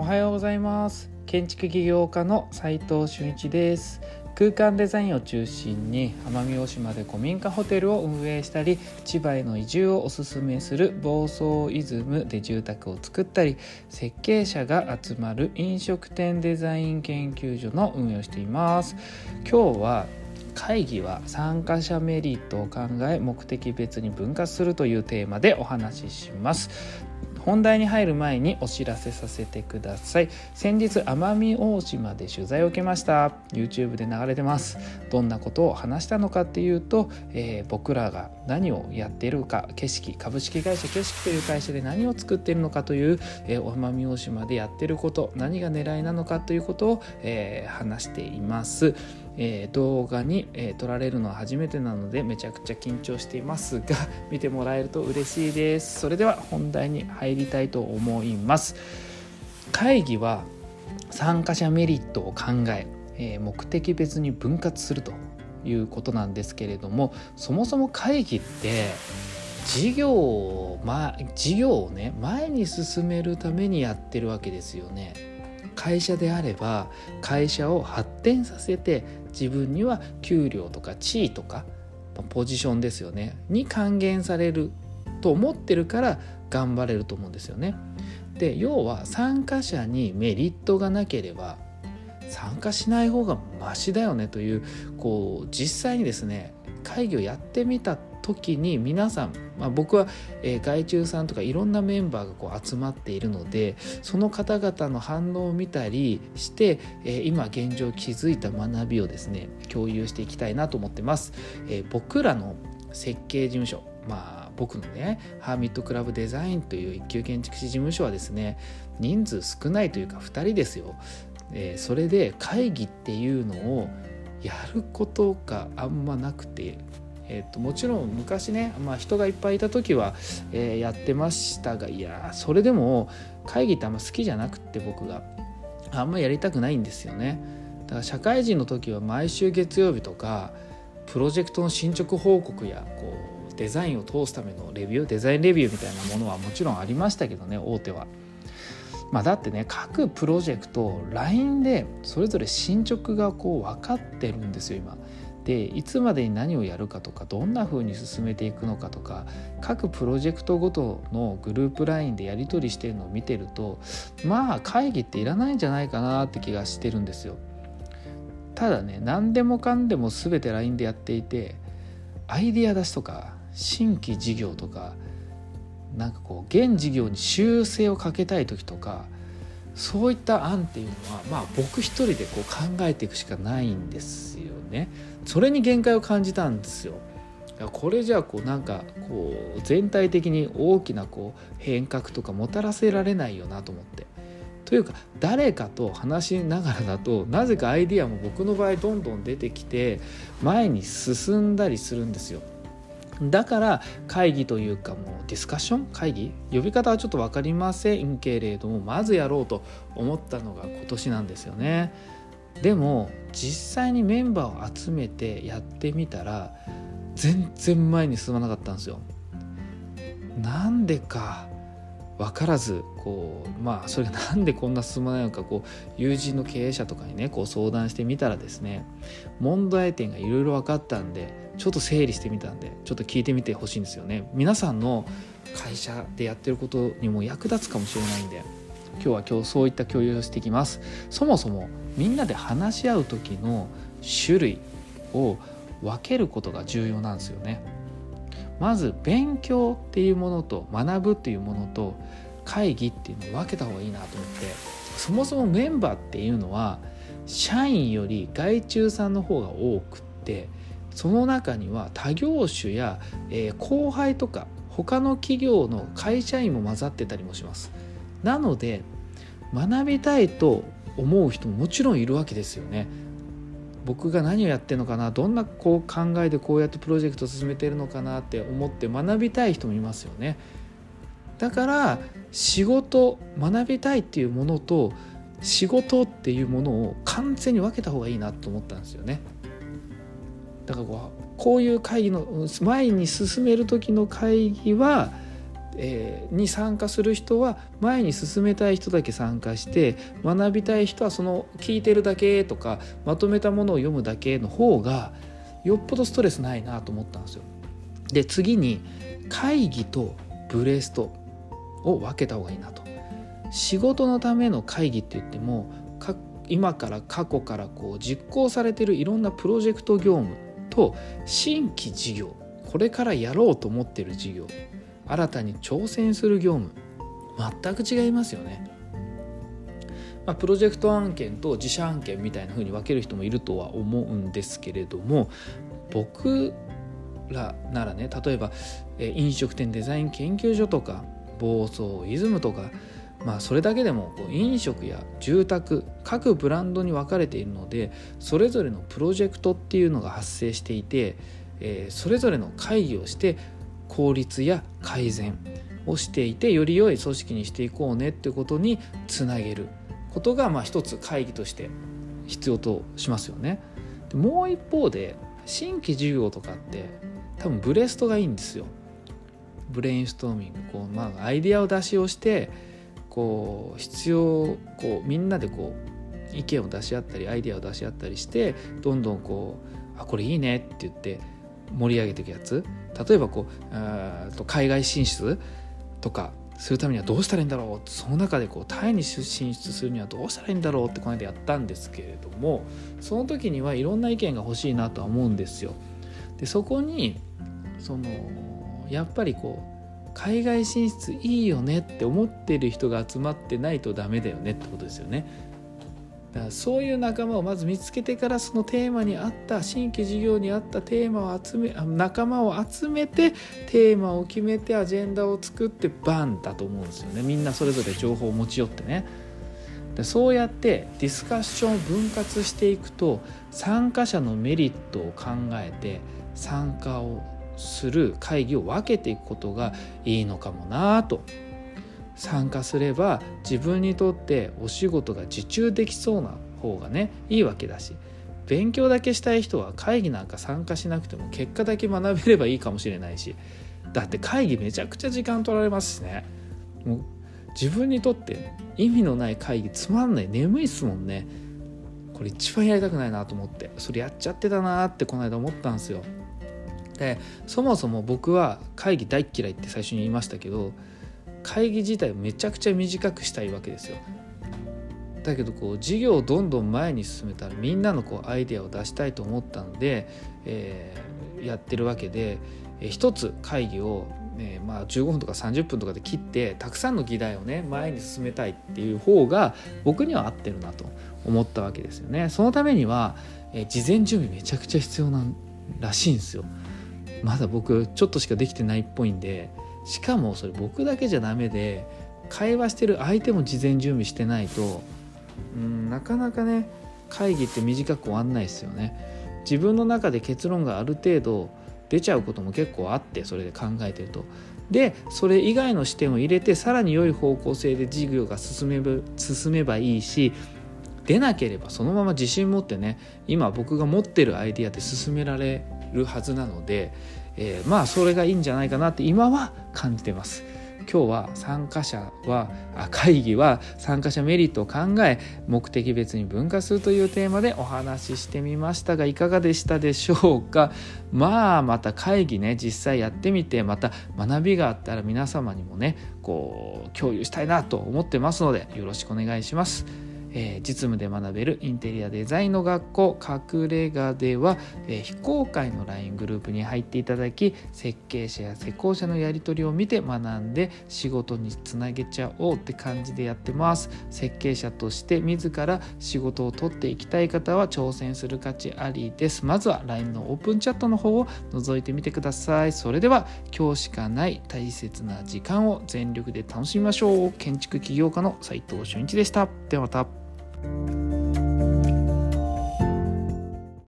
おはようございます。建築起業家の斉藤俊一です。空間デザインを中心に奄美大島で古民家ホテルを運営したり、千葉への移住をおすすめする房総イズムで住宅を作ったり、設計者が集まる飲食店デザイン研究所の運営をしています。今日は会議は参加者メリットを考え目的別に分割するというテーマでお話しします。本題に入る前にお知らせさせてください。先日奄美大島で取材を受けました。 YouTube で流れてます。どんなことを話したのかっていうと、僕らが何をやっているか、株式会社景色という会社で何を作っているのかという、奄美大島でやっていること、何が狙いなのかということを、話しています。動画に、撮られるのは初めてなのでめちゃくちゃ緊張していますが、見てもらえると嬉しいです。それでは本題に入りたいと思います。会議は参加者メリットを考え、目的別に分割するということなんですけれども、そもそも会議って事業をね、前に進めるためにやってるわけですよね。会社であれば会社を発展させて、自分には給料とか地位とかポジションですよねに還元されると思ってるから頑張れると思うんですよね。で、要は参加者にメリットがなければ参加しない方がマシだよねという、実際にですね、会議をやってみた時に皆さん、僕は、外注さんとかいろんなメンバーが集まっているので、その方々の反応を見たりして、今現状気づいた学びをですね共有していきたいなと思ってます。僕らの設計事務所、僕のねハーミットクラブデザインという一級建築士事務所はですね、人数少ないというか2人ですよ。それで会議っていうのをやることがあんまなくて、もちろん昔ね、人がいっぱいいた時は、やってましたが、それでも会議ってあんま好きじゃなくて、僕があんまやりたくないんですよね。だから社会人の時は毎週月曜日とかプロジェクトの進捗報告やデザインを通すためのデザインレビューみたいなものはもちろんありましたけどね、大手は。だってね、各プロジェクト LINE でそれぞれ進捗が分かってるんですよ今で。いつまでに何をやるかとか、どんな風に進めていくのかとか、各プロジェクトごとのグループ LINE でやり取りしてるのを見てると、会議っていらないんじゃないかなって気がしてるんですよ。ただね、何でもかんでも全て LINE でやっていて、アイディア出しとか新規事業とか現事業に修正をかけたい時とか、そういった案っていうのは僕一人で考えていくしかないんですよね。それに限界を感じたんですよ。これじゃあ全体的に大きな変革とかもたらせられないよなと思って。というか、誰かと話しながらだとなぜかアイディアも僕の場合どんどん出てきて前に進んだりするんですよ。だから会議というか、もうディスカッション会議、呼び方はちょっと分かりませんけれども、まずやろうと思ったのが今年なんですよね。でも実際にメンバーを集めてやってみたら全然前に進まなかったんですよ。なんでか分からず、それなんでこんな進まないのか、友人の経営者とかにね相談してみたらですね、問題点がいろいろ分かったんで、ちょっと整理してみたんで、ちょっと聞いてみてほしいんですよね。皆さんの会社でやってることにも役立つかもしれないんで、今日はそういった共有をしていきます。そもそもみんなで話し合う時の種類を分けることが重要なんですよね。まず勉強っていうものと学ぶっていうものと会議っていうのを分けた方がいいなと思って、そもそもメンバーっていうのは社員より外注さんの方が多くって、その中には他業種や、後輩とか他の企業の会社員も混ざってたりもします。なので学びたいと思う人ももちろんいるわけですよね。僕が何をやってるのかな、どんな考えでこうやってプロジェクトを進めてるのかなって思って学びたい人もいますよね。だから学びたいっていうものと仕事っていうものを完全に分けた方がいいなと思ったんですよね。だからこういう会議の前に進める時の会議はに参加する人は前に進めたい人だけ参加して、学びたい人はその聞いてるだけとかまとめたものを読むだけの方がよっぽどストレスないなと思ったんですよ。で次に会議とブレストを分けた方がいいなと。仕事のための会議って言っても今から過去から実行されているいろんなプロジェクト業務と新規事業、これからやろうと思っている事業、新たに挑戦する業務、全く違いますよね。プロジェクト案件と自社案件みたいな風に分ける人もいるとは思うんですけれども、僕らならね、例えば飲食店デザイン研究所とか房総イズムとか、それだけでも飲食や住宅各ブランドに分かれているので、それぞれのプロジェクトっていうのが発生していて、それぞれの会議をして効率や改善をしていて、より良い組織にしていこうねってことにつなげることが一つ会議として必要としますよね。でもう一方で新規事業とかって多分ブレストがいいんですよ。ブレインストーミング、アイデアを出しをして必要みんなで意見を出し合ったりアイデアを出し合ったりして、どんどんこれいいねって言って盛り上げていくやつ。例えば海外進出とかするためにはどうしたらいいんだろう、その中でタイに進出するにはどうしたらいいんだろうってこの間やったんですけれども、その時にはいろんな意見が欲しいなとは思うんですよ。でそこにやっぱり海外進出いいよねって思ってる人が集まってないとダメだよねってことですよね。だからそういう仲間をまず見つけてから、そのテーマに合った新規事業に合った仲間を集めてテーマを決めてアジェンダを作ってバンだと思うんですよね。みんなそれぞれ情報を持ち寄ってね。でそうやってディスカッションを分割していくと、参加者のメリットを考えて参加をする会議を分けていくことがいいのかもなと。参加すれば自分にとってお仕事が受注できそうな方がねいいわけだし、勉強だけしたい人は会議なんか参加しなくても結果だけ学べればいいかもしれないし、だって会議めちゃくちゃ時間取られますしね。もう自分にとって意味のない会議つまんない、眠いっすもんね。これ一番やりたくないなと思って、それやっちゃってたなってこの間思ったんですよ。でそもそも僕は会議大嫌いって最初に言いましたけど、会議自体をめちゃくちゃ短くしたいわけですよ。だけど事業をどんどん前に進めたらみんなのアイデアを出したいと思ったので、やってるわけで、一つ会議を、15分とか30分とかで切ってたくさんの議題をね前に進めたいっていう方が僕には合ってるなと思ったわけですよね。そのためには、事前準備めちゃくちゃ必要なんらしいんですよ。まだ僕ちょっとしかできてないっぽいんで、しかもそれ僕だけじゃダメで、会話してる相手も事前準備してないとなかなかね会議って短く終わんないですよね。自分の中で結論がある程度出ちゃうことも結構あって、それで考えてると、でそれ以外の視点を入れてさらに良い方向性で事業が進めばいいし、出なければそのまま自信持ってね今僕が持ってるアイディアで進められるはずなので、それがいいんじゃないかなって今は感じてます。今日は会議は参加者メリットを考え目的別に分化するというテーマでお話ししてみましたが、いかがでしたでしょうか。また会議ね実際やってみて、また学びがあったら皆様にもね共有したいなと思ってますのでよろしくお願いします。実務で学べるインテリアデザインの学校隠れ家では、非公開の LINE グループに入っていただき、設計者や施工者のやり取りを見て学んで仕事につなげちゃおうって感じでやってます。設計者として自ら仕事を取っていきたい方は挑戦する価値ありです。まずは LINE のオープンチャットの方を覗いてみてください。それでは今日しかない大切な時間を全力で楽しみましょう。建築起業家の斉藤俊一でした。ではまた。